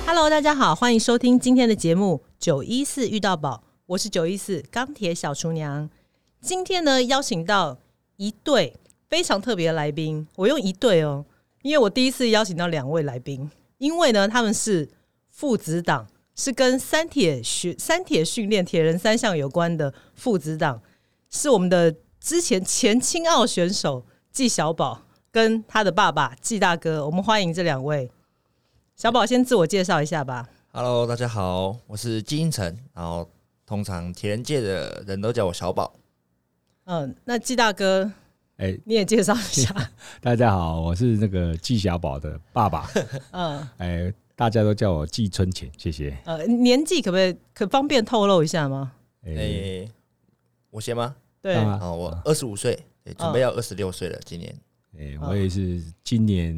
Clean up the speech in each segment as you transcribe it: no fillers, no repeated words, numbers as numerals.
Hello， 大家好，欢迎收听今天的节目914遇到宝，我是914钢铁小厨娘。今天呢，邀请到一对非常特别的来宾，我用一对哦，因为我第一次邀请到2位来宾，因为呢，他们是父子档，是跟三铁训练铁人三项有关的父子档，是我们的之前青奥选手纪小宝跟他的爸爸纪大哥，我们欢迎这2位。小宝先自我介绍一下吧。 Hello， 大家好，我是纪英成，然后通常铁人界的人都叫我小宝。 那纪大哥，你也介绍一下。 大家好，我是那个纪小宝的爸爸。大家都叫我纪春前，谢谢。 年纪可方便透露一下吗？ 我先吗？ 对， 我25岁，准备要26岁了，今年。 我也是今年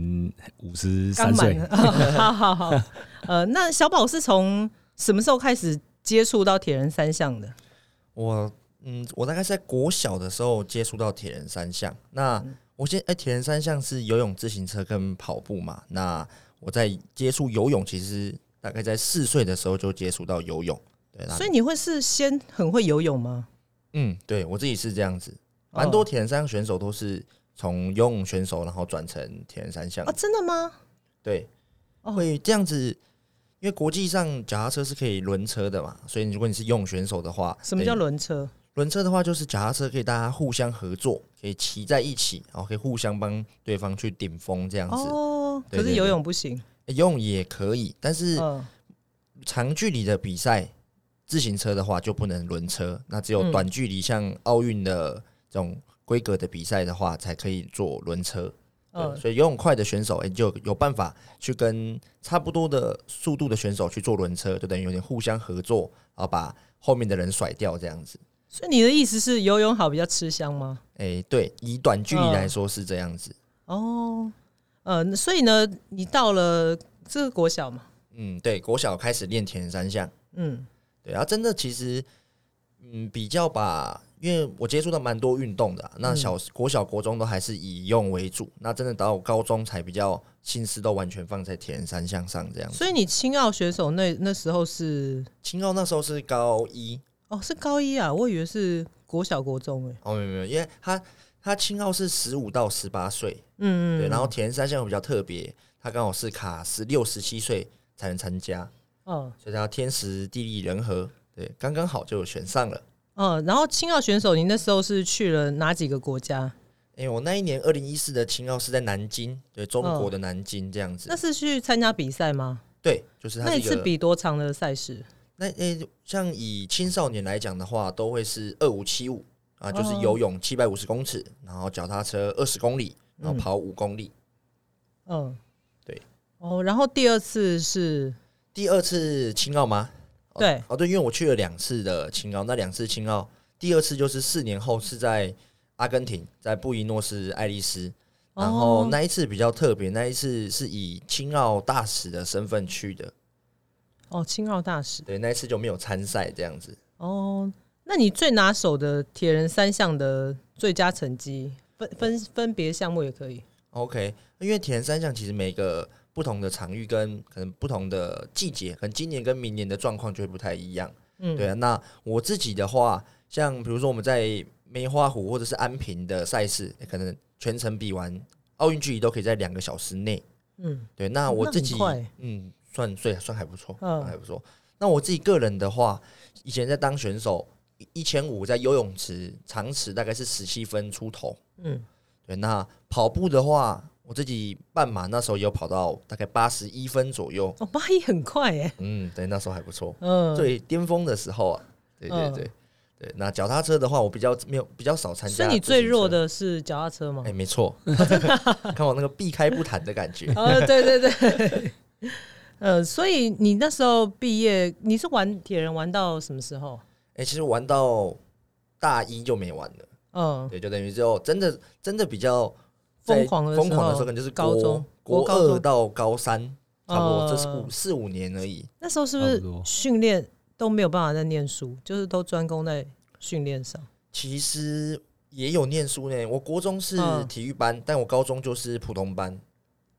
53岁。 好。那小宝是从什么时候开始接触到铁人三项的？ 我大概是在国小的时候接触到铁人三项。那我铁人三项是游泳、自行车跟跑步嘛。那我在接触游泳，其实大概在4岁的时候就接触到游泳。对， 所以你会是先很会游泳吗？ 对，我自己是这样子。蛮多铁人三项选手都是从游泳选手，然后转成铁人三项。 真的吗？ 对，会这样子。因为国际上脚踏车是可以轮车的嘛，所以如果你是游泳选手的话， 什么叫轮车？ 轮车的话就是脚踏车可以大家互相合作，可以骑在一起，然后可以互相帮对方去顶峰这样子。 可是游泳不行。 游泳也可以，但是长距离的比赛，自行车的话就不能轮车，那只有短距离像奥运的这种规格的比赛的话，才可以做轮车。所以游泳快的选手，就有办法去跟差不多的速度的选手去做轮车，就等于有点互相合作，然后把后面的人甩掉这样子。 所以你的意思是游泳好比较吃香吗？ 对，以短距离来说是这样子。 所以呢，你到了这个国小嘛？ 对，国小开始练铁人三项。对，然后真的其实，比较因为我接触到蛮多运动的，那国小、国中都还是以游泳为主，那真的到高中才比较心思都完全放在铁人三项上这样子。 所以你青奥选手那时候是青奥那时候是高一。 是高一啊，我以为是国小国中没有，因为他青奥是15到18岁，对，然后铁人三项比较特别，他刚好是卡16、17岁才能参加，所以他要天时地利人和，对，刚刚好就选上了。 然后青奥选手，你那时候是去了哪几个国家？ 我那一年2014的青奥是在南京，对，中国的南京这样子。 那是去参加比赛吗？ 对，就是它是一个。 那一次比多长的赛事？ 那像以青少年来讲的话，都会是2575啊，就是游泳750公尺，然后脚踏车20公里，然后跑5公里。对。 然后第二次青奥吗？对，因为我去了2次的青奥，那2次青奥，第2次就是4年后是在阿根廷，在布宜诺斯艾利斯，然后那一次比较特别，那一次是以青奥大使的身份去的。 青奥大使， 对，那一次就没有参赛这样子。 那你最拿手的铁人三项的最佳成绩，分别项目也可以。 OK， 因为铁人三项其实每个不同的场域跟可能不同的季节，可能今年跟明年的状况就会不太一样。对啊，那我自己的话，像比如说我们在梅花湖或者是安平的赛事，可能全程比完奥运距离都可以在2个小时内。对，那我自己算还不错，还不错。那我自己个人的话，以前在当选手1500在游泳池长池大概是17分出头。对，那跑步的话，我自己半马那时候也有跑到大概81分左右。 81很快耶。 对，那时候还不错。最巅峰的时候啊，对。对，那脚踏车的话，我比较少参加。 所以你最弱的是脚踏车吗？ 没错。看我那个避开不谈的感觉。 对。所以你那时候毕业，你是玩铁人玩到什么时候？ 其实玩到大1就没玩了。对，就等于就真的比较疯狂的时候， 可能就是高中国2到高3，差不多这是4-5年而已。 那时候是不是训练都没有办法再念书，就是都专攻在训练上？ 其实也有念书呢。我国中是体育班，但我高中就是普通班。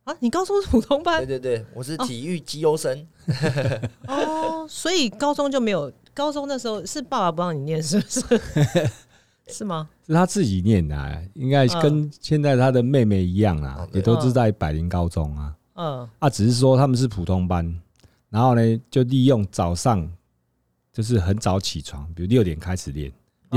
啊，你高中是普通班？ 对对对，我是体育绩优生。 哦，所以高中就没有，高中那时候是爸爸不让你念，是不是？是吗？ 是他自己念的、啊，应该跟现在他的妹妹一样啊，也都是在百灵高中啊。只是说他们是普通班，然后呢，就利用早上就是很早起床，比如6点开始练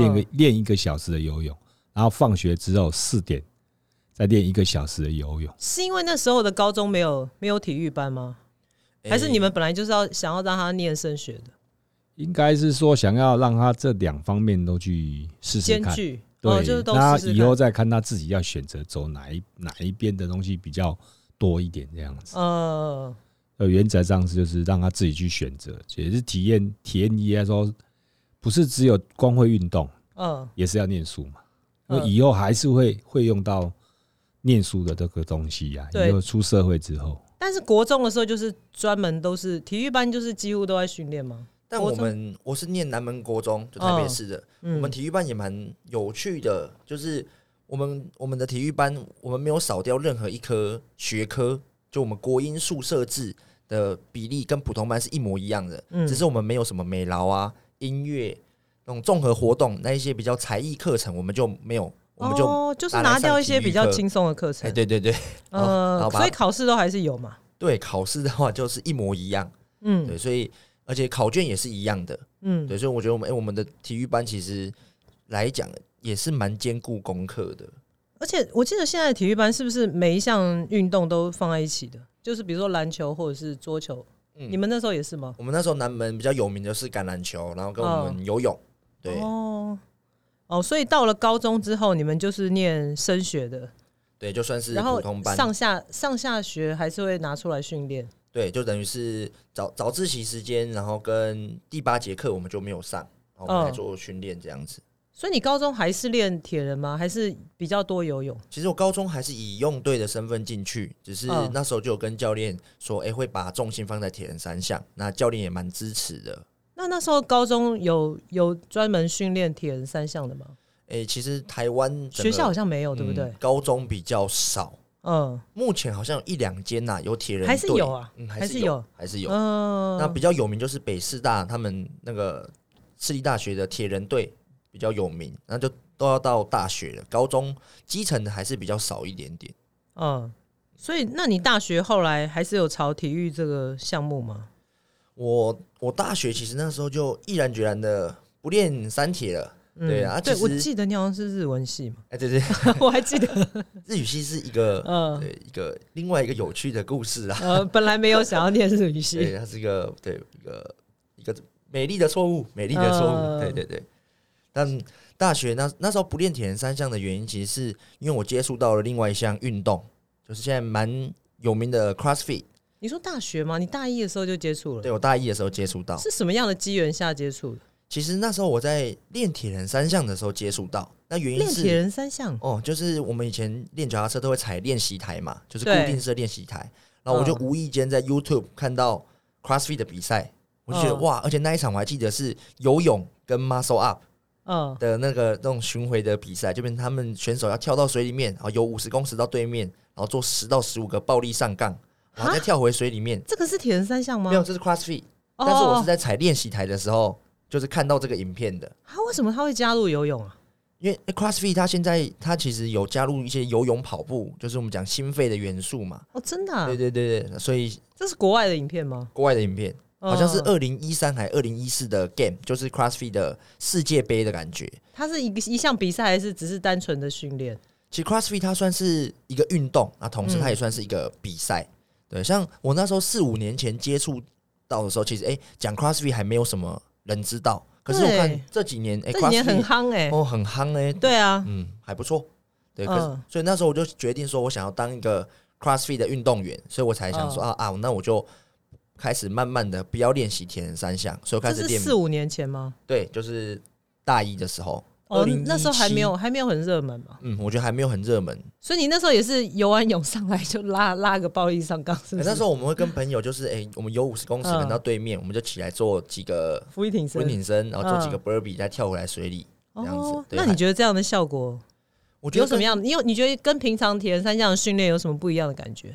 1个小时的游泳，然后放学之后4点再练1个小时的游泳。 是因为那时候的高中没有体育班吗？还是你们本来就是想要让他念升学的？ 应该是说想要让他这2方面都去试试看， 兼具， 对， 就是都那试试看以后再看他自己要选择走哪一边的东西比较多一点这样子。原则上就是让他自己去选择，也是体验一下说，不是只有光会运动，也是要念书嘛，因为以后还是会用到念书的这个东西呀、以后出社会之后。 但是国中的时候就是专门都是体育班，就是几乎都在训练吗？ 但我是念南门国中，就台北市的。我们体育班也蛮有趣的，就是我们的体育班，我们没有少掉任何一科学科，就我们国英数社制的比例跟普通班是一模一样的，只是我们没有什么美劳啊、音乐那种综合活动，那一些比较才艺课程我们就没有，我们就是拿掉一些比较轻松的课程。 对对对， 所以考试都还是有嘛？ 对，考试的话就是一模一样。对，所以。而且考卷也是一样的，对，所以我觉得我们的体育班其实来讲也是蛮兼顾功课的。 而且我记得现在的体育班是不是每一项运动都放在一起的？就是比如说篮球或者是桌球，你们那时候也是吗？ 我们那时候南门比较有名的是橄榄球，然后跟我们游泳。对， 所以到了高中之后，你们就是念升学的， 对，就算是普通班， 然后上下学还是会拿出来训练。 对，就等于是早自习时间，然后跟第8节课我们就没有上，然后我们来做训练这样子。 所以你高中还是练铁人吗？还是比较多游泳？ 其实我高中还是以用队的身份进去，只是那时候就有跟教练说，会把重心放在铁人3项，那教练也蛮支持的。 那时候高中有专门训练铁人3项的吗？ 其实台湾学校好像没有，对不对？ 高中比较少。目前好像有1、2间有铁人队， 还是有啊， 还是有。那比较有名就是北师大他们那个市立大学的铁人队比较有名，那就都要到大学了。高中基层的还是比较少一点点。 所以那你大学后来还是有朝体育这个项目吗？ 我大学其实那时候就毅然决然的不练3铁了。对啊， 对，我记得你好像是日文系嘛。 对对， 我还记得日语系是一个另外一个有趣的故事啊。 本来没有想要念日语系， 对，它是一个美丽的错误，对对对。但大学那时候不练铁人3项的原因，其实是因为我接触到了另外一项运动，就是现在蛮有名的 CrossFit。 你说大学吗？你大一的时候就接触了？ 对，我大一的时候接触到。 是什么样的机缘下接触的？ 其实那时候我在练铁人3项的时候接触到，那原因是练铁人3项就是我们以前练脚踏车都会踩练习台嘛，就是固定式练习台，然后我就无意间在 YouTube 看到 CrossFit 的比赛，我就觉得哇，而且那一场我还记得是游泳跟 Muscle Up 的那种巡回的比赛，就变成他们选手要跳到水里面，然后游50公尺到对面，然后做10到15个暴力上杠，然后再跳回水里面。 这个是铁人3项吗？ 没有，这是 CrossFit，但是我是在踩练习台的时候。就是看到这个影片的。 为什么他会加入游泳啊？ 因为 CrossFit 它其实有加入一些游泳、跑步，就是我们讲心肺的元素嘛。 真的对对对对，所以这是国外的影片吗？ 国外的影片，好像是2013还2014的 Game， 就是 CrossFit 的世界杯的感觉。 它是一项比赛，还是只是单纯的训练？ 其实 CrossFit 它算是一个运动，同时它也算是一个比赛。对，像我那时候4、5年前接触到的时候，其实讲 CrossFit 还没有什么人知道，可是我看这几年这几年很夯很夯对啊， 还不错，对，所以那时候我就决定说我想要当一个 CrossFit 的运动员，所以我才想说那我就开始慢慢的不要练习铁人3项，所以我开始练。 这是4、5年前吗？ 对，就是大一的时候。 那时候还没有很热门嘛。 我觉得还没有很热门。 所以你那时候也是游完泳上来就拉个暴力上杠，是不是？ 那时候我们会跟朋友就是我们游50公尺到对面，我们就起来做几个俯卧挺身， 然后做几个 burpee，再跳回来水里这样子。 那你觉得这样的效果，我觉得有什么样？你觉得跟平常铁人3项的训练有什么不一样的感觉？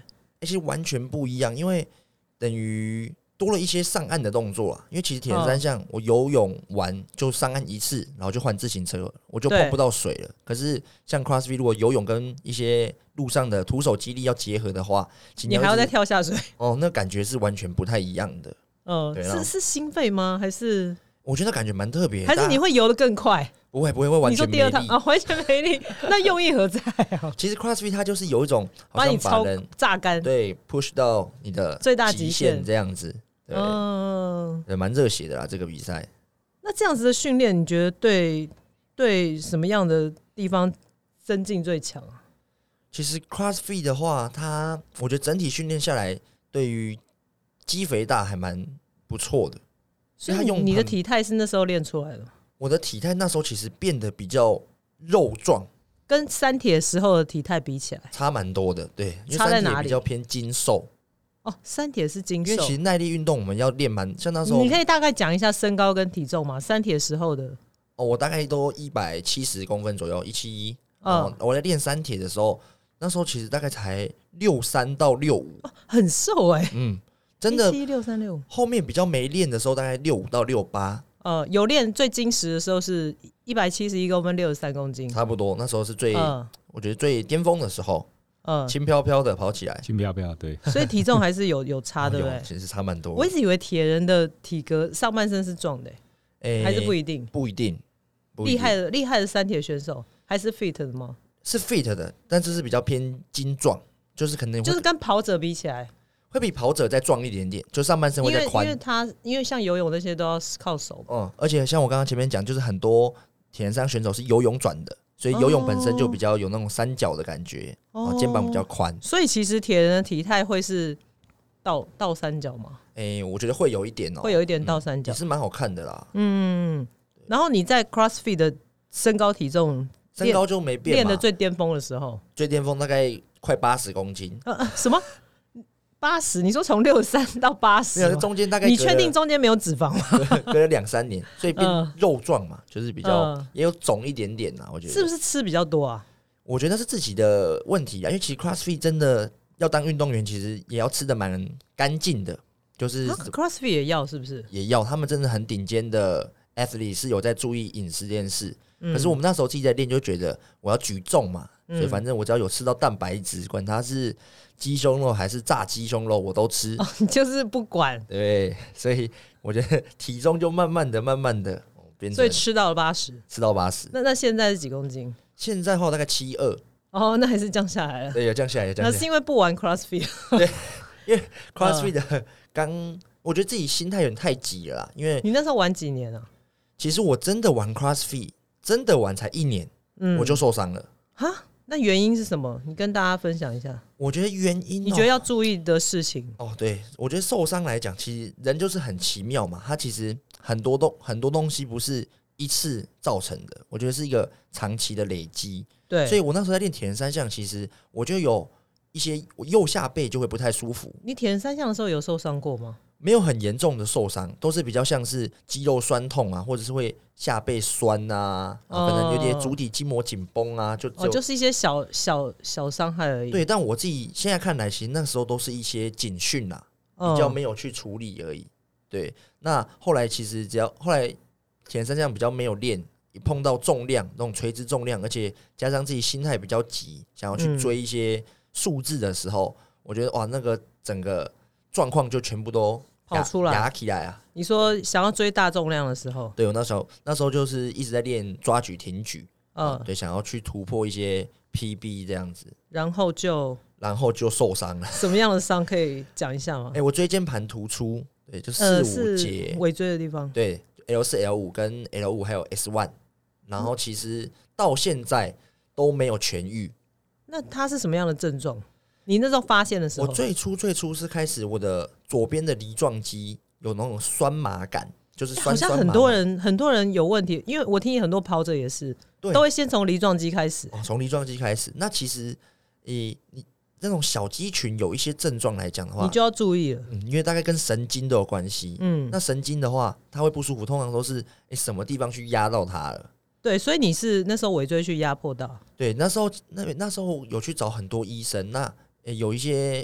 而且完全不一样，因为等于多了一些上岸的动作啊。因为其实铁人三项，我游泳完就上岸一次，然后就换自行车，我就碰不到水了。可是像 CrossFit， 如果游泳跟一些路上的徒手肌力要结合的话， 你还要再跳下水哦，那感觉是完全不太一样的。 是心肺吗？还是？ 我觉得感觉蛮特别， 还是你会游得更快？ 不会完全没力。你说第二趟完全没力，那用意何在啊？ 其实 CrossFit 它就是有一种把你榨干， 对 push 到你的最大极限这样子，对，蛮热血的啦这个比赛。 那这样子的训练，你觉得对什么样的地方增进最强啊？ 其实 CrossFit 的话，我觉得整体训练下来，对于肌肥大还蛮不错的。 所以你的体态是那时候练出来的？ 我的体态那时候其实变得比较肉壮， 跟三铁时候的体态比起来差蛮多的。对， 差在哪里？ 比较偏精瘦。 哦，三铁是精瘦， 因为其实耐力运动我们要练像那时候， 你可以大概讲一下身高跟体重吗？三铁时候的我大概都170公分左右，171。我在练三铁的时候，那时候其实大概才63到65，很瘦真的 1716365。 后面比较没练的时候，大概65到68。 有练最精实的时候是171公分，63公斤， 差不多。那时候是我觉得最巅峰的时候，轻飘飘的跑起来， 轻飘飘，对。 所以体重还是有差，对不对？ 其实差蛮多。 我一直以为铁人的体格上半身是壮的，还是不一定？ 不一定。 厉害的三铁选手还是 fit 的吗？ 是 fit 的，但这是比较偏精壮，就是可能就是跟跑者比起来。 会比跑者再壮一点点，就上半身会再宽。 因为像游泳那些都要靠手。 而且像我刚刚前面讲，就是很多铁人三项选手是游泳转的，所以游泳本身就比较有那种三角的感觉，肩膀比较宽。 所以其实铁人的体态会是倒三角吗？ 我觉得会有一点会有一点倒三角， 也是蛮好看的啦。 然后你在 CrossFit 的身高体重， 身高就没变嘛， 练的最巅峰的时候， 最巅峰大概快80公斤。 什么？80？你说从63到80？ 没有，中间大概你确定中间没有脂肪吗？ 隔了2-3年，所以变肉壮嘛，就是比较也有肿一点点啊。我觉得是不是吃比较多啊？ 我觉得那是自己的问题啊，因为其实 CrossFit 真的要当运动员，其实也要吃的蛮干净的。就是 CrossFit 也要是不是？ 也要，他们真的很顶尖的 athlete 是有在注意饮食这件事。可是我们那时候自己在练，就觉得我要举重嘛，所以反正我只要有吃到蛋白质，管它是鸡胸肉还是炸鸡胸肉，我都吃。 就是不管。 对，所以我觉得体重就慢慢的变成， 所以吃到了80， 吃到80。 那现在是几公斤？ 现在的话大概72。 那还是降下来了。 对，有降下来， 那是因为不玩 CrossFit。 对，因为 CrossFit 的我觉得自己心态有点太急了啦。因为你那时候玩几年啊？ 其实我真的玩 CrossFit， 真的玩才1年，我就受伤了。 那原因是什么？你跟大家分享一下。 我觉得原因， 你觉得要注意的事情。 对，我觉得受伤来讲，其实人就是很奇妙嘛。他其实很多东西不是一次造成的，我觉得是一个长期的累积。 对， 所以我那时候在练铁人三项，其实我就有一些我右下背就会不太舒服。 你铁人三项的时候有受伤过吗？ 没有很严重的受伤，都是比较像是肌肉酸痛啊，或者是会下背酸啊，可能有点足底筋膜紧绷啊， 就是一些小伤害而已。 对，但我自己现在看来，其实那时候都是一些警讯啊，比较没有去处理而已。对，那后来其实后来铁人三项比较没有练，一碰到重量那种垂直重量，而且加上自己心态比较急，想要去追一些数字的时候，我觉得哇，那个整个状况就全部都跑出来， 压起来啊！ 你说想要追大重量的时候， 对，我那时候就是一直在练抓举、挺举，对，想要去突破一些 PB 这样子， 然后就受伤了。 什么样的伤可以讲一下吗？ 我椎间盘突出，对，就4、5节尾椎的地方， 对 L4、L5 跟 L5 还有 S1，然后其实到现在都没有痊愈。 那它是什么样的症状？你那时候发现的时候， 我最初是开始我的左边的梨状肌有那种酸麻感，就是酸麻。 好像很多人有问题，因为我听很多跑者也是，都会先从梨状肌开始。 从梨状肌开始，那其实你那种小肌群有一些症状来讲的话， 你就要注意了， 因为大概跟神经都有关系。那神经的话，它会不舒服，通常都是什么地方去压到它了。 对，所以你是那时候尾椎去压迫到。 对，那时候有去找很多医生，那有一些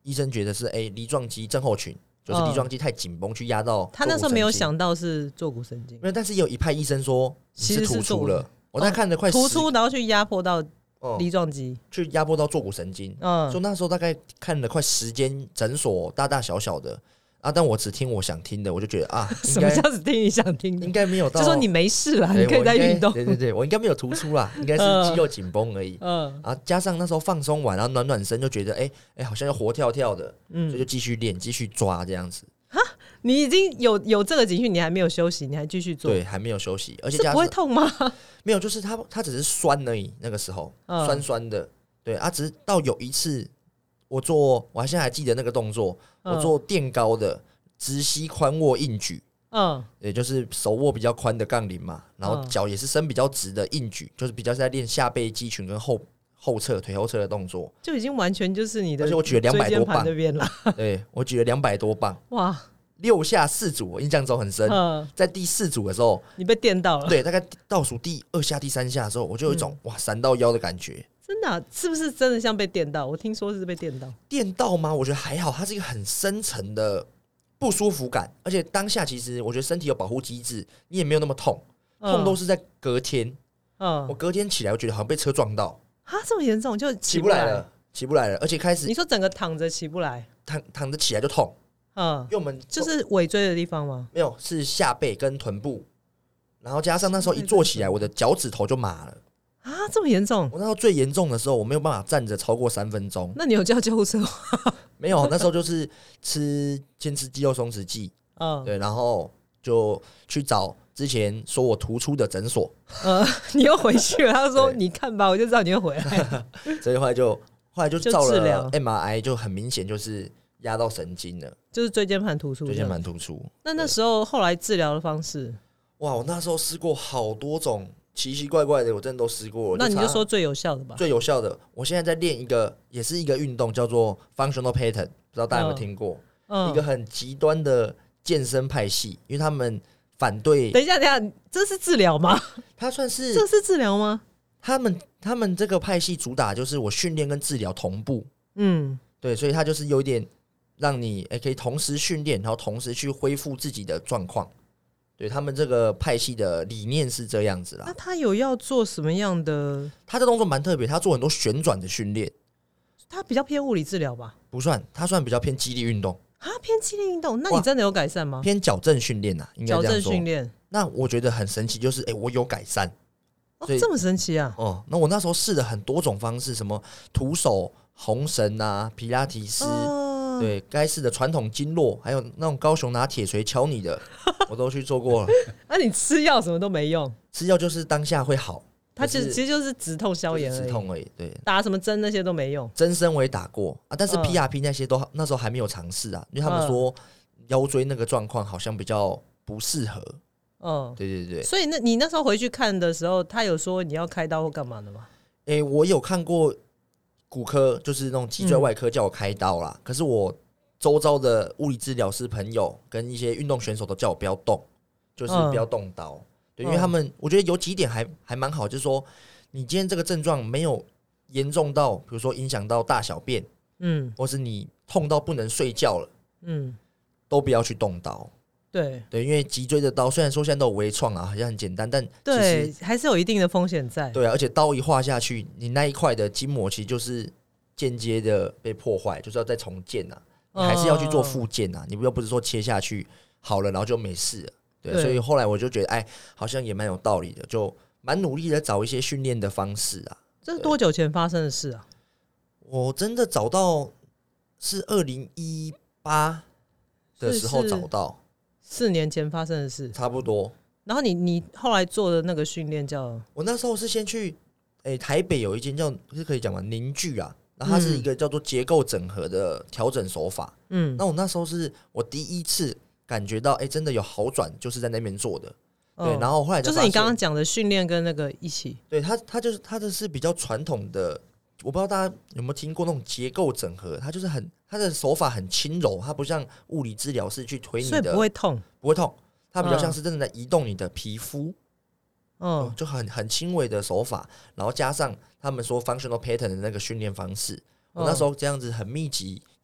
医生觉得是梨状肌症候群，就是梨状肌太紧绷去压到。 他那时候没有想到是坐骨神经， 没有，但是也有一派医生说其实是突出了。我在看的快突出，然后去压迫到梨状肌， 去压迫到坐骨神经。所以那时候大概看了快10间诊所，大大小小的啊，但我只听我想听的，我就觉得啊， 什么叫只听你想听的？ 应该没有到， 就说你没事啦，你可以在运动。 对，我应该没有突出啦，应该是肌肉紧绷而已。啊，加上那时候放松完，然后暖身，就觉得好像要活跳跳的，所以就继续练，继续抓这样子。 哈，你已经有这个警讯，你还没有休息，你还继续做？ 对，还没有休息，而且是不会痛吗？ 没有，就是它只是酸而已，那个时候酸酸的。对啊，只是到有一次我现在还记得那个动作，我做垫高的直膝宽握硬举。也就是手握比较宽的杠铃嘛，然后脚也是伸比较直的硬举，就是比较是在练下背肌群跟后侧腿后侧的动作， 就已经完全就是你的。 而且我举了200多磅那边了。 对，我举了200多磅， 哇 ！6下4组，我印象中很深。在第4组的时候， 你被电到了。 对，大概倒数第2下、第3下的时候，我就有一种哇闪到腰的感觉。 真的是不是真的像被电到？我听说是被电到。 电到吗？我觉得还好，它是一个很深层的不舒服感，而且当下其实我觉得身体有保护机制，你也没有那么痛，痛都是在隔天。我隔天起来，我觉得好像被车撞到。 啊，这么严重就起不来了，而且开始你说整个躺着起不来， 躺着起来就痛。因为我们就是尾椎的地方吗？ 没有，是下背跟臀部，然后加上那时候一坐起来，我的脚趾头就麻了。 啊，这么严重！ 我那时候最严重的时候，我没有办法站着超过3分钟。 那你有叫救护车吗？ 没有，那时候就是先吃肌肉松弛剂，对，然后就去找之前说我突出的诊所。 你又回去了，他说你看吧，我就知道你会回来。 所以后来就照了 MRI， 就很明显就是压到神经了， 就是椎间盘突出。那时候后来治疗的方式， 哇，我那时候试过好多种。奇奇怪怪的，我真的都试过。 那你就说最有效的吧。 最有效的，我现在在练一个，也是一个运动，叫做 functional pattern， 不知道大家有没有听过？一个很极端的健身派系，因为他们反对。 等一下，这是治疗吗？ 它算是这是治疗吗？ 他们这个派系主打就是我训练跟治疗同步。对，所以它就是有点让你可以同时训练，然后同时去恢复自己的状况。对，他们这个派系的理念是这样子啦。 那他有要做什么样的？ 他的动作蛮特别，他做很多旋转的训练。 他比较偏物理治疗吧？ 不算，他算比较偏肌力运动。 啊，偏肌力运动？那你真的有改善吗？ 偏矫正训练啊，应该这样说。 矫正训练。 那我觉得很神奇，就是我有改善。 这么神奇啊！ 那我那时候试了很多种方式，什么徒手、红绳啊、皮拉提斯。对，该试的传统经络，还有那种高雄拿铁锤敲你的，我都去做过了。 那你吃药什么都没用？ 吃药就是当下会好， 它其实就是止痛消炎而已， 止痛而已。对， 打什么针那些都没用。 针身我也打过啊，但是 PRP 那些都那时候还没有尝试啊，因为他们说腰椎那个状况好像比较不适合。对。 所以你那时候回去看的时候，他有说你要开刀或干嘛的吗？ 我有看过。骨科就是那种脊椎外科叫我开刀啦，可是我周遭的物理治疗师朋友跟一些运动选手都叫我不要动，就是不要动刀。对，因为他们我觉得有几点还蛮好，就是说你今天这个症状没有严重到，比如说影响到大小便，或是你痛到不能睡觉了，都不要去动刀。对，因为脊椎的刀虽然说现在都有微创啊，好像很简单，但对还是有一定的风险在。 对啊，而且刀一划下去，你那一块的筋膜其实就是间接的被破坏，就是要再重建啊，你还是要去做复健啊，你又不是说切下去好了然后就没事了。对，所以后来我就觉得好像也蛮有道理的，就蛮努力的找一些训练的方式啊。 这是多久前发生的事啊？ 我真的找到是2018的时候找到。 4年前发生的事， 差不多。 然后你后来做的那个训练叫…… 我那时候是先去台北有一间叫是可以讲嘛凝聚啊，然后它是一个叫做结构整合的调整手法。那我那时候是我第一次感觉到真的有好转，就是在那边做的。对，然后后来就是你刚刚讲的训练跟那个一起。 对，它就是它的是比较传统的。我不知道大家有没有听过那种结构整合，它就是它的手法很轻柔，它不像物理治疗师去推你的， 所以不会痛， 它比较像是真的在移动你的皮肤，就很轻微的手法，然后加上他们说 functional pattern 的那个训练方式，我那时候这样子很密集，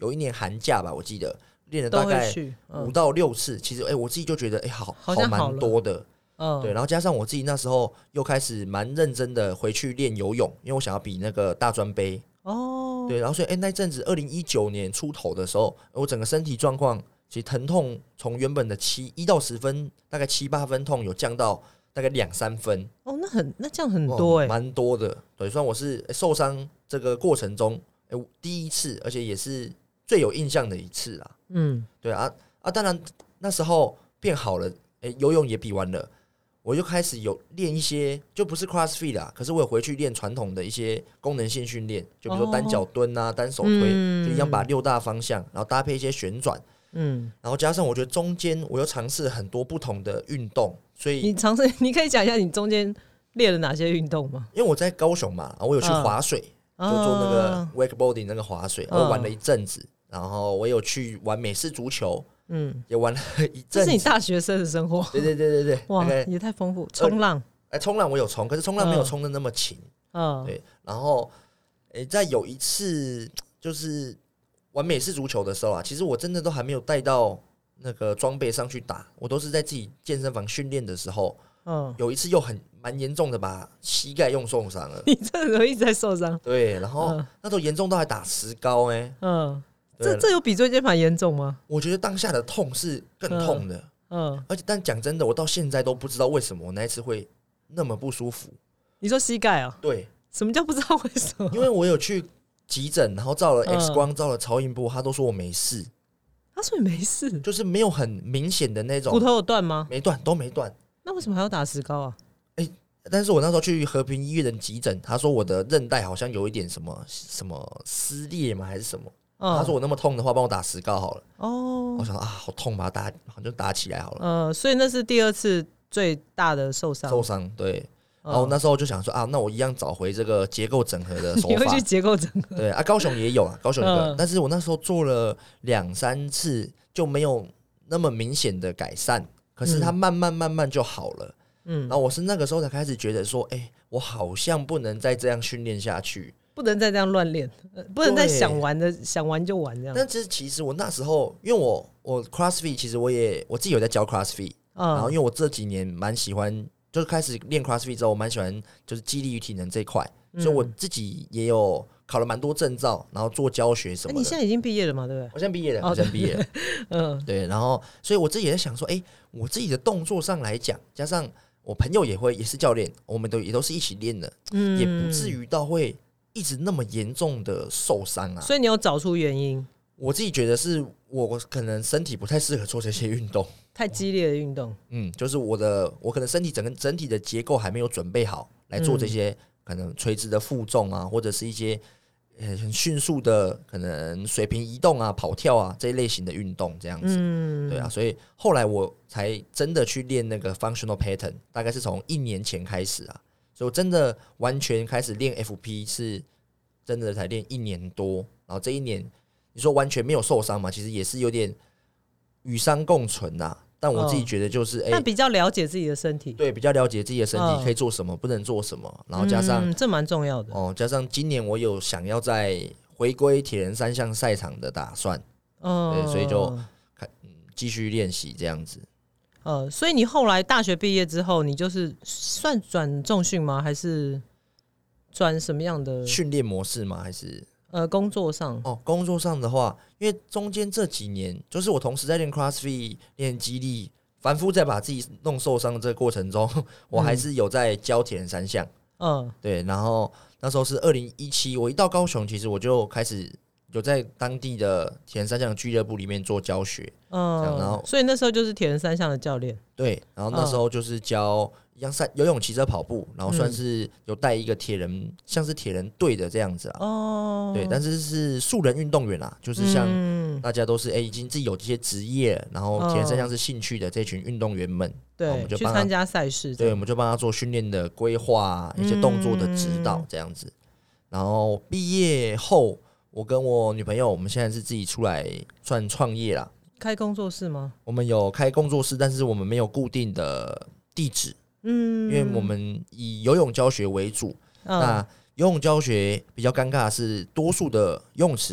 有一年寒假吧，我记得练了大概5到6次，其实我自己就觉得好蛮多的。对，然后加上我自己那时候又开始蛮认真的回去练游泳，因为我想要比那个大专杯。对，然后所以那阵子2019年出头的时候，我整个身体状况其实疼痛从原本的1到10分，大概7、8分痛，有降到大概2、3分。 那这样很多蛮多的。对，虽然我是受伤这个过程中第一次，而且也是最有印象的一次啦。对啊，当然那时候变好了，游泳也比完了。我就开始有练一些，就不是 CrossFit 啦，可是我有回去练传统的一些功能性训练，就比如说单脚蹲啊、单手推，就一样把6大方向，然后搭配一些旋转，然后加上我觉得中间我又尝试了很多不同的运动，所以你可以讲一下你中间练了哪些运动吗？ 因为我在高雄嘛，我有去滑水，就做那个 wakeboarding 那个滑水，我玩了一阵子，然后我有去玩美式足球。也玩了一阵子。 这是你大学生的生活。 对， 哇，也太丰富。冲浪， 冲浪我有冲，可是冲浪没有冲的那么勤。对，然后在有一次就是玩美式足球的时候啊，其实我真的都还没有带到那个装备上去打，我都是在自己健身房训练的时候。有一次又蛮严重的，把膝盖用受伤了。 你这个一直在受伤。 对，然后那时候严重到还打石膏。 这有比椎间盘严重吗？ 我觉得当下的痛是更痛的，而且但讲真的，我到现在都不知道为什么我那一次会那么不舒服。 你说膝盖啊？ 对， 什么叫不知道为什么？ 因为我有去急诊，然后照了 X 光，照了超音波，他都说我没事。 他说你没事， 就是没有很明显的那种。 骨头有断吗？ 没断，都没断。 那为什么还要打石膏啊？ 但是我那时候去和平医院的急诊，他说我的韧带好像有一点什么撕裂吗？还是什么？他说我那么痛的话，帮我打石膏好了。我想说好痛，把它就打起来好了。 所以那是第2次最大的受伤。 对。然后那时候就想说那我一样找回这个结构整合的手法。 你会去结构整合？ 对高雄也有高雄有个，但是我那时候做了2、3次就没有那么明显的改善，可是它慢慢就好了。然后我是那个时候才开始觉得说，我好像不能再这样训练下去。 不能再这样乱练，不能再想玩就玩这样。 但其实我那时候，因为我 CrossFit， 其实我自己有在教 CrossFit，然后因为我这几年蛮喜欢，就是开始练 CrossFit 之后，我蛮喜欢就是肌力与体能这一块，所以我自己也有考了蛮多证照，然后做教学什么的。 你现在已经毕业了嘛？对不对？ 我现在毕业了，对，然后所以我自己也在想说，我自己的动作上来讲，加上我朋友也是教练，我们也都是一起练的，也不至于到会一直那么严重的受伤啊。 所以你有找出原因？ 我自己觉得是我可能身体不太适合做这些运动， 太激烈的运动。 就是我可能身体整体的结构还没有准备好来做这些可能垂直的负重啊，或者是一些很迅速的可能水平移动啊、跑跳啊这一类型的运动这样子。对啊，所以后来我才真的去练那个 functional pattern， 大概是从1年前开始啊。所以我真的完全开始练 FP 是真的才练1年多，然后这1年你说完全没有受伤嘛？其实也是有点与伤共存呐。但我自己觉得就是但比较了解自己的身体， 对，比较了解自己的身体可以做什么，不能做什么，然后加上这蛮重要的加上今年我有想要再回归铁人3项赛场的打算，对，所以就继续练习这样子。 所以你后来大学毕业之后，你就是算转重训吗？还是转什么样的训练模式吗？还是工作上？ 工作上的话，因为中间这几年，就是我同时在练 CrossFit、练肌力，反复在把自己弄受伤的这个过程中，我还是有在教铁人3项。对，然后那时候是2017，我一到高雄，其实我就开始有在当地的铁人3项俱乐部里面做教学。然后所以那时候就是铁人3项的教练。 对，然后那时候就是教游泳、骑车、跑步，然后算是有带一个铁人，像是铁人队的这样子啊。对，但是是素人运动员啦，就是像大家都是已经自己有这些职业，然后铁人3项是兴趣的这群运动员们， 对，我们就去参加赛事， 对，我们就帮他做训练的规划，一些动作的指导这样子。然后毕业后，我跟我女朋友，我们现在是自己出来算创业啦。 开工作室吗？ 我们有开工作室，但是我们没有固定的地址。因为我们以游泳教学为主。那游泳教学比较尴尬的是，多数的游泳池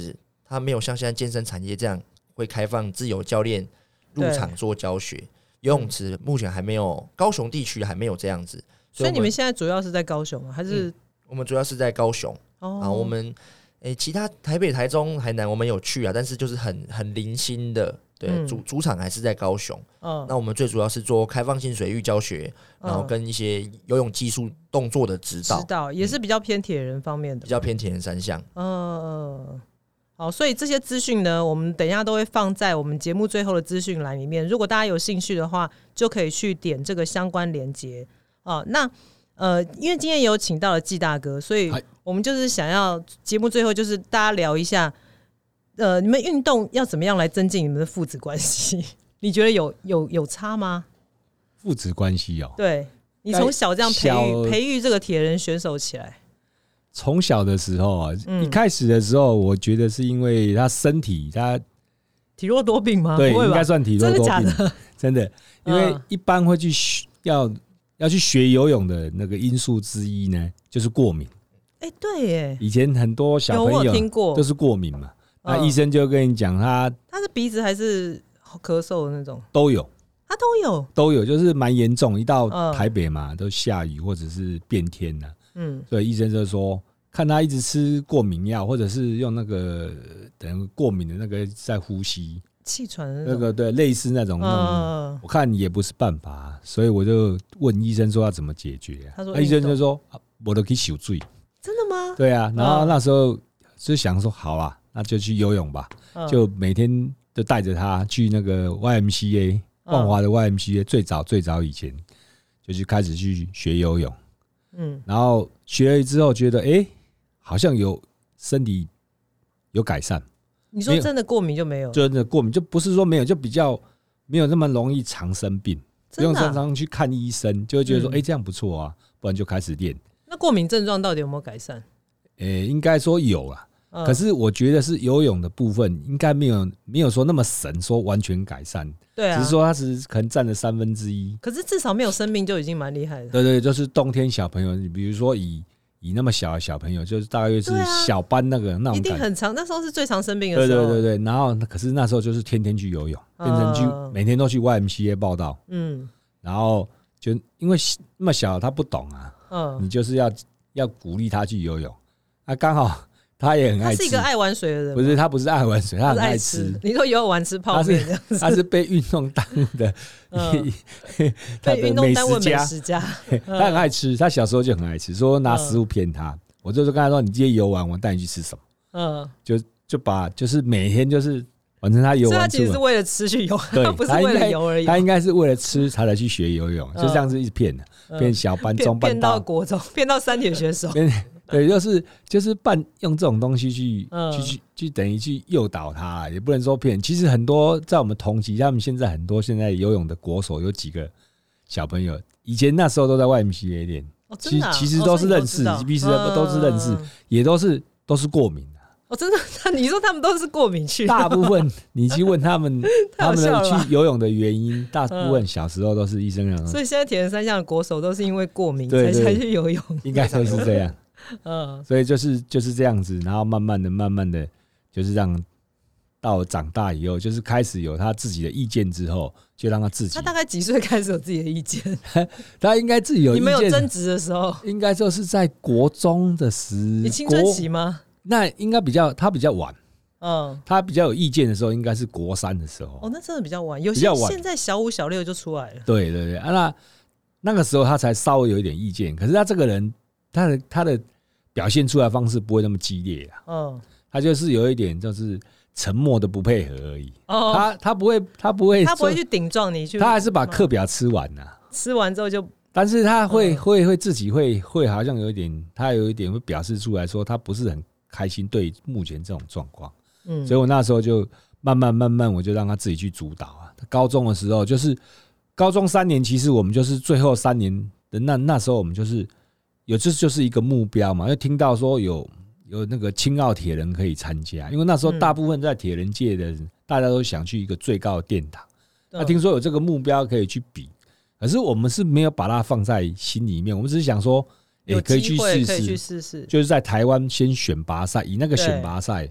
它没有像现在健身产业这样会开放自由教练入场做教学，游泳池目前还没有，高雄地区还没有这样子。 所以你们现在主要是在高雄吗？还是？ 我们主要是在高雄。然后我们其他台北、台中、台南我们有去啊，但是就是很零星的。对，主场还是在高雄。那我们最主要是做开放性水域教学，然后跟一些游泳技术动作的指导， 也是比较偏铁人方面的， 比较偏铁人三项。 好，所以这些资讯呢，我们等一下都会放在我们节目最后的资讯栏里面。如果大家有兴趣的话，就可以去点这个相关连结。那因为今天也有请到了季大哥，所以我们就是想要节目最后就是大家聊一下。你们运动要怎么样来增进你们的父子关系？你觉得有差吗？ 父子关系对，你从小这样培育这个铁人选手起来。 从小的时候啊，一开始的时候，我觉得是因为他身体体弱多病吗？ 对，应该算体弱多病， 真的假的？ 真的，因为一般会去要去学游泳的那个因素之一呢，就是过敏。 对耶， 以前很多小朋友都是过敏嘛。那医生就跟你讲，他是鼻子还是咳嗽的那种？ 都有， 他都有，就是蛮严重。一到台北嘛，都下雨或者是变天了，所以医生就说，看他一直吃过敏药，或者是用那个等于过敏的那个在呼吸气喘的那个，对，类似那种，我看也不是办法，所以我就问医生说要怎么解决。他说，医生就说我都可以受水。 真的吗？ 对啊，然后那时候就想说，好啊。那就去游泳吧，就每天就带着他去那个 YMCA 万华的 YMCA， 最早以前就去开始去学游泳，然后学了之后觉得好像有身体有改善。 你说真的过敏就没有？ 真的过敏就不是说没有，就比较没有那么容易常生病，不用常常去看医生，就会觉得说这样不错啊，不然就开始练。 那过敏症状到底有没有改善？ 应该说有啊。可是我觉得是游泳的部分应该没有说那么神，说完全改善。 对啊， 只是说它只可能占了1/3。 可是至少没有生病就已经蛮厉害的。 对，就是冬天小朋友，你比如说以那么小的小朋友，就是大约是小班那种， 一定很长，那时候是最常生病的时候。 对，然后可是那时候就是天天去游泳，变成每天都去 YMCA 报到。然后就因为那么小他不懂啊，你就是要鼓励他去游泳刚好。他也很爱吃， 他是一个爱玩水的人。 不是，他不是爱玩水，他很爱吃。 你说游泳完吃泡面这样子， 他是被运动耽误的， 被运动耽误美食家。 他很爱吃，他小时候就很爱吃，说拿食物骗他。我就是跟他说：“你今天游完，我带你去吃什么？”就是每天就是反正他游完，所以他其实是为了吃去游，他不是为了游而已。 他应该是为了吃才来去学游泳，就这样子一直骗的，骗小班、中班， 骗到国中，骗到3铁选手。 对，就是用这种东西去等于去诱导他，也不能说骗。其实很多在我们同期，他们现在很多现在游泳的国手有几个小朋友，以前那时候都在YMCA练，其实都是认识，彼此都是认识，也都是过敏的。 真的？你说他们都是过敏去？ 大部分你去问他们的去游泳的原因，大部分小时候都是医生讲。 所以现在铁人三项的国手都是因为过敏才去游泳， 应该都是这样。所以就是这样子，然后慢慢的，就是让到长大以后，就是开始有他自己的意见之后，就让他自己。 他大概几岁开始有自己的意见？ 他应该自己有意见。 你们有争执的时候？ 应该就是在国中的时。 你青春期吗？ 那应该他比较晚。他比较有意见的时候，应该是国3的时候。 那真的比较晚。有些现在小5、小6就出来了。 对那个时候他才稍微有一点意见，可是他这个人。他的表现出来的方式不会那么激烈他就是有一点就是沉默的不配合而已。他不会去顶撞你， 他还是把课表吃完吃完之后就， 但是他会自己会好像有一点，他有一点会表示出来说他不是很开心对目前这种状况。所以我那时候就慢慢我就让他自己去主导高中的时候，就是高中3年，其实我们就是最后3年的那时候，我们就是这就是一个目标嘛，因为听到说有那个青奥铁人可以参加，因为那时候大部分在铁人界的人，大家都想去一个最高的殿堂。那听说有这个目标可以去比，可是我们是没有把它放在心里面，我们只是想说，可以去试试，就是在台湾先选拔赛，以那个选拔赛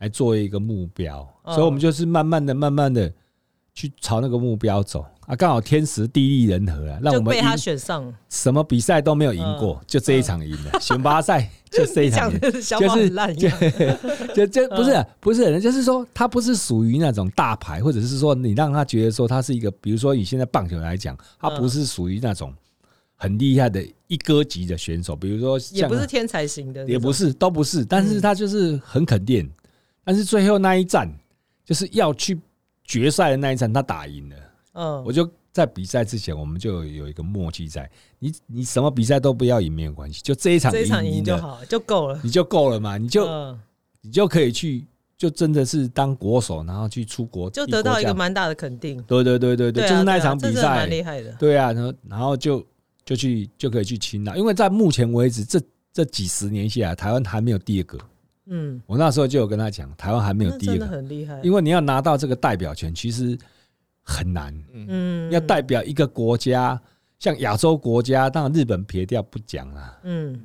来做一个目标，所以我们就是慢慢的去朝那个目标走啊。刚好天时地利人和啊，让我们就被他选上， 什么比赛都没有赢过，就这一场赢了。选拔赛就这一场赢， 就是不是，就是说他不是属于那种大牌，或者是说你让他觉得说他是一个，比如说以现在棒球来讲，他不是属于那种很厉害的一哥级的选手，比如说也不是天才型的， 也不是，都不是，但是他就是很肯定。但是最后那一战就是要去决赛的那一战，他打赢了。我就在比赛之前，我们就有一个默契在，你什么比赛都不要赢没有关系，就这一场赢就好，就够了， 你就够了嘛，你就可以去，就真的是当国手，然后去出国， 就得到一个蛮大的肯定。 对，就是那一场比赛， 蛮厉害的。 对啊，然后就可以去青岛，因为在目前为止这几十年下来，台湾还没有第二个。我那时候就有跟他讲，台湾还没有第二个， 真的很厉害。 因为你要拿到这个代表权，其实很难。要代表一个国家，像亚洲国家，当然日本撇掉不讲啦。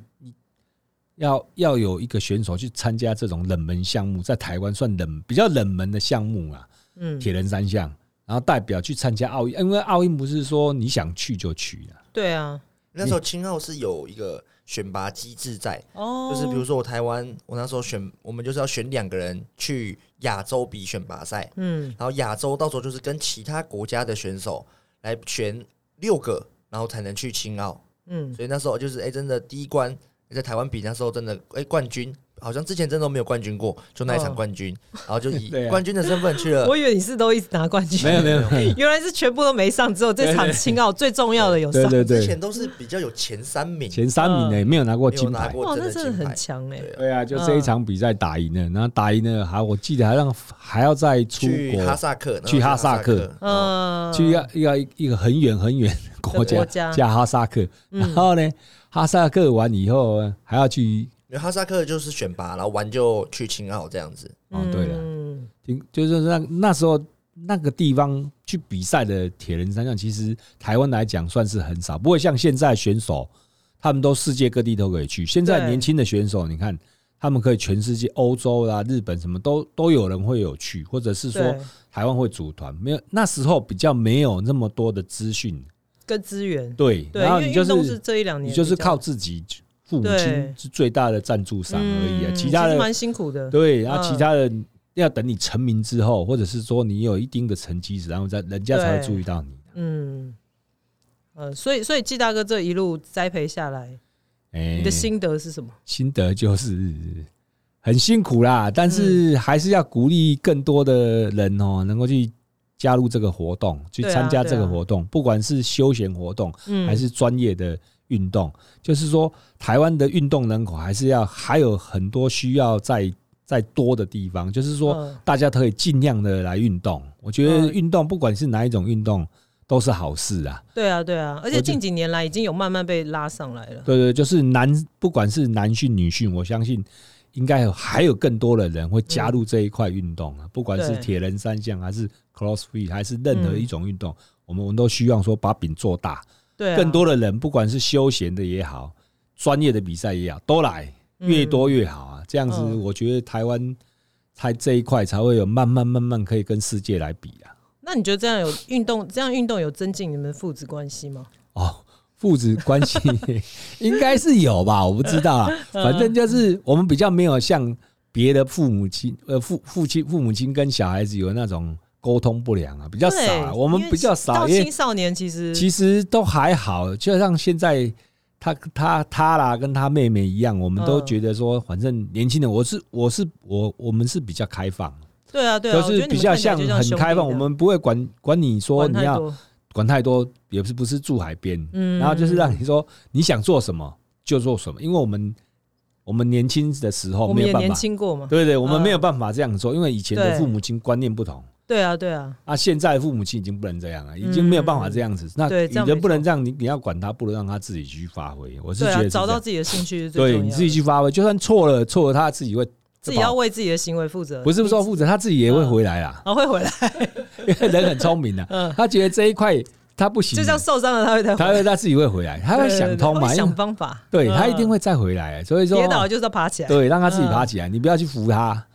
要有一个选手去参加这种冷门项目，在台湾算比较冷门的项目啊。铁人三项，然后代表去参加奥运，因为奥运不是说你想去就去的。 对啊， 那时候青奥是有一个选拔机制在，就是比如说我台湾，我那时候我们就是要选2个人去亚洲比选拔赛，然后亚洲到时候就是跟其他国家的选手来选6个，然后才能去青奥，所以那时候就是真的第一关在台湾比，那时候真的冠军。好像之前真的都没有冠军过，就那一场冠军，然后就以冠军的身份去了。 我以为你是都一直拿冠军， 没有， 原来是全部都没上，只有这场青奥最重要的有上。 对，之前都是比较有前3名， 没有拿过金牌。 哇，那真的很强对啊，就这一场比赛打赢了，然后打赢了，我记得还要再出国去哈萨克， 去一个很远的国家叫哈萨克，然后呢，哈萨克完以后还要去。 因为哈萨克就是选拔，然后完就去青奥这样子。 对了，就是那时候那个地方去比赛的铁人三项，其实台湾来讲算是很少，不会像现在选手，他们都世界各地都可以去。现在年轻的选手，你看他们可以全世界，欧洲啦、日本什么都有人会有去，或者是说台湾会组团。没有那时候比较没有那么多的资讯跟资源。 对，然后你就是这1-2年， 你就是靠自己。父母亲是最大的赞助商而已啊，其他的蛮辛苦的。 对，然后其他的要等你成名之后，或者是说你有一定的成绩，然后人家才会注意到你。 所以季大哥这一路栽培下来，你的心得是什么？ 心得就是很辛苦啦，但是还是要鼓励更多的人能够去加入这个活动，去参加这个活动，不管是休闲活动还是专业的运动，就是说台湾的运动人口还有很多需要再多的地方，就是说大家可以尽量的来运动。我觉得运动不管是哪一种运动都是好事啊。 对啊，而且近几年来已经有慢慢被拉上来了。 对，就是不管是男训女训，我相信应该还有更多的人会加入这一块运动啊。不管是铁人三项还是 CrossFit 还是任何一种运动，我们都希望说把饼做大。更多的人，不管是休闲的也好，专业的比赛也好，都来，越多越好啊！这样子，我觉得台湾这一块才会有慢慢可以跟世界来比啊。 那你觉得这样运动有增进你们父子关系吗？ 父子关系应该是有吧，我不知道啊。反正就是我们比较没有像别的父母亲跟小孩子有那种。沟通不良啊，比较少，我们比较少。 到青少年其实都还好，就像现在他啦，跟他妹妹一样，我们都觉得说，反正年轻人，我们是比较开放。 对啊， 就是比较像很开放，我们不会管你说你要管太多，也不是住海边，然后就是让你说你想做什么就做什么，因为我们年轻的时候没有办法， 我们也年轻过嘛， 对，我们没有办法这样做，因为以前的父母亲观念不同。 对啊， 现在的父母亲已经不能这样了，已经没有办法这样子。那你人不能这样，你要管他，不能让他自己去发挥。我是觉得找到自己的兴趣是最重要的。 对，你自己去发挥，就算错了，他自己要为自己的行为负责。 不是说负责，他自己也会回来啦。 会回来， 因为人很聪明的，他觉得这一块他不行， 就像受伤了， 他自己会回来，他会想通嘛， 想方法。 对他一定会再回来，所以说跌倒就是要爬起来， 对，让他自己爬起来，你不要去扶他。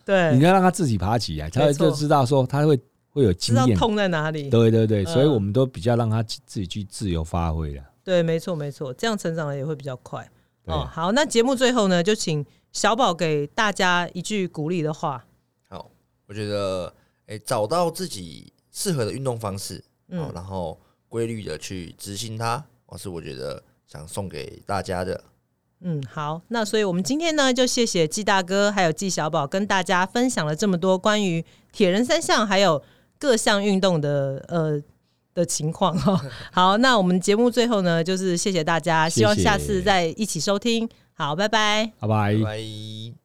对， 你要让他自己爬起来，他就知道说他会有经验， 知道痛在哪里。 对对对，所以我们都比较让他自己去自由发挥了。 对，没错没错，这样成长也会比较快。好，那节目最后呢，就请小宝给大家一句鼓励的话。 好，我觉得找到自己适合的运动方式，然后规律的去执行它，是我觉得想送给大家的。 好，那所以我们今天呢，就谢谢季大哥还有季小宝跟大家分享了这么多关于铁人三项还有各项运动的情况。好，那我们节目最后呢，就是谢谢大家，希望下次再一起收听。好，拜拜， 拜拜， 拜拜。